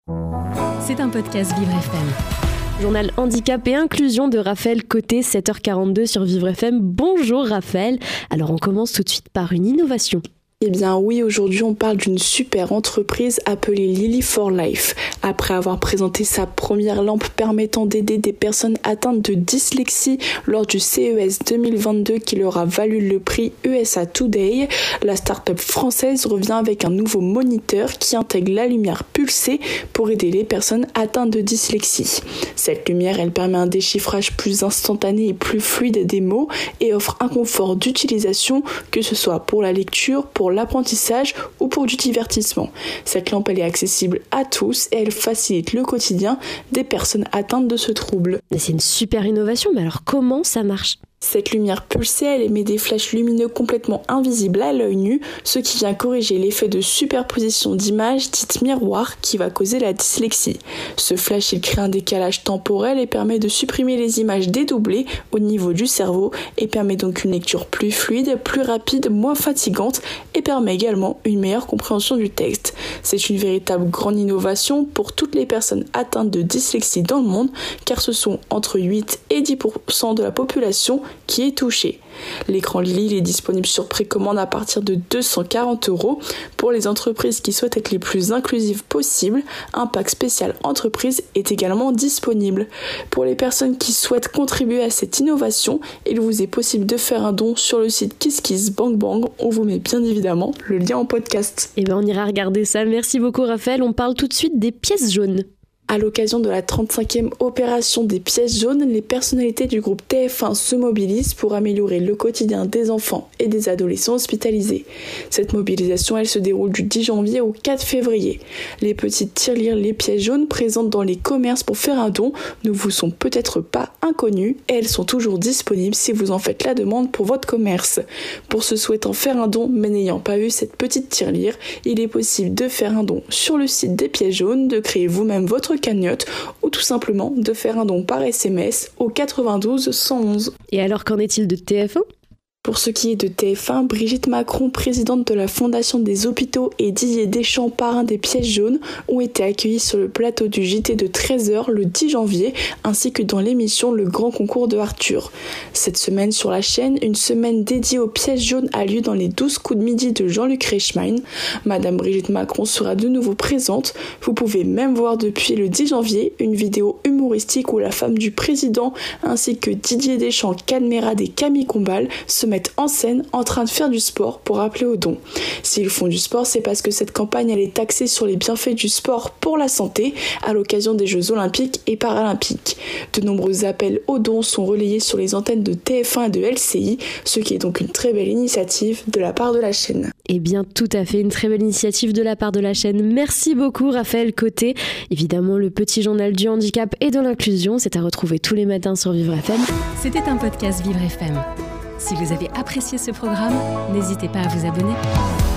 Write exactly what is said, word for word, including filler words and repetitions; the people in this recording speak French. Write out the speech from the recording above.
C'est un podcast Vivre F M. Journal handicap et inclusion de Raphaël Côté, sept heures quarante-deux sur Vivre F M. Bonjour Raphaël. Alors on commence tout de suite par une innovation. Eh bien oui, aujourd'hui on parle d'une super entreprise appelée Lily for Life. Après avoir présenté sa première lampe permettant d'aider des personnes atteintes de dyslexie lors du C E S deux mille vingt-deux qui leur a valu le prix U S A Today, la start-up française revient avec un nouveau moniteur qui intègre la lumière pulsée pour aider les personnes atteintes de dyslexie. Cette lumière, elle permet un déchiffrage plus instantané et plus fluide des mots et offre un confort d'utilisation que ce soit pour la lecture, pour l'apprentissage ou pour du divertissement. Cette lampe elle est accessible à tous et elle facilite le quotidien des personnes atteintes de ce trouble. C'est une super innovation, mais alors comment ça marche ? Cette lumière pulsée, elle émet des flashs lumineux complètement invisibles à l'œil nu, ce qui vient corriger l'effet de superposition d'images dite miroir qui va causer la dyslexie. Ce flash, il crée un décalage temporel et permet de supprimer les images dédoublées au niveau du cerveau et permet donc une lecture plus fluide, plus rapide, moins fatigante et permet également une meilleure compréhension du texte. C'est une véritable grande innovation pour toutes les personnes atteintes de dyslexie dans le monde car ce sont entre huit et dix pour cent de la population qui est touché. L'écran Lily est disponible sur précommande à partir de deux cent quarante euros. Pour les entreprises qui souhaitent être les plus inclusives possibles, un pack spécial entreprise est également disponible. Pour les personnes qui souhaitent contribuer à cette innovation, il vous est possible de faire un don sur le site KissKissBankBank. On vous met bien évidemment le lien en podcast. Eh bien on ira regarder ça. Merci beaucoup Raphaël. On parle tout de suite des pièces jaunes. À l'occasion de la trente-cinquième opération des pièces jaunes, les personnalités du groupe T F un se mobilisent pour améliorer le quotidien des enfants et des adolescents hospitalisés. Cette mobilisation, elle se déroule du dix janvier au quatre février. Les petites tirelires Les Pièces jaunes présentes dans les commerces pour faire un don ne vous sont peut-être pas inconnues et elles sont toujours disponibles si vous en faites la demande pour votre commerce. Pour ceux souhaitant faire un don mais n'ayant pas eu cette petite tirelire, il est possible de faire un don sur le site des Pièces jaunes, de créer vous-même votre cagnotte ou tout simplement de faire un don par S M S au quatre-vingt-douze cent onze. Et alors qu'en est-il de T F un ? Pour ce qui est de T F un, Brigitte Macron, présidente de la Fondation des hôpitaux, et Didier Deschamps, parrain des Pièces jaunes, ont été accueillis sur le plateau du J T de treize heures le dix janvier, ainsi que dans l'émission Le Grand Concours de Arthur. Cette semaine sur la chaîne, une semaine dédiée aux Pièces jaunes a lieu dans les douze coups de midi de Jean-Luc Reichmann. Madame Brigitte Macron sera de nouveau présente. Vous pouvez même voir depuis le dix janvier une vidéo humoristique où la femme du président ainsi que Didier Deschamps, Cadmerade et Camille Combal se mettent en scène en train de faire du sport pour appeler au don. S'ils font du sport, c'est parce que cette campagne elle est axée sur les bienfaits du sport pour la santé à l'occasion des Jeux Olympiques et Paralympiques. De nombreux appels au don sont relayés sur les antennes de T F un et de L C I, ce qui est donc une très belle initiative de la part de la chaîne. Eh bien, tout à fait, une très belle initiative de la part de la chaîne. Merci beaucoup Raphaël Côté. Évidemment, le petit journal du handicap et de l'inclusion, c'est à retrouver tous les matins sur Vivre F M. C'était un podcast Vivre F M. Si vous avez apprécié ce programme, n'hésitez pas à vous abonner.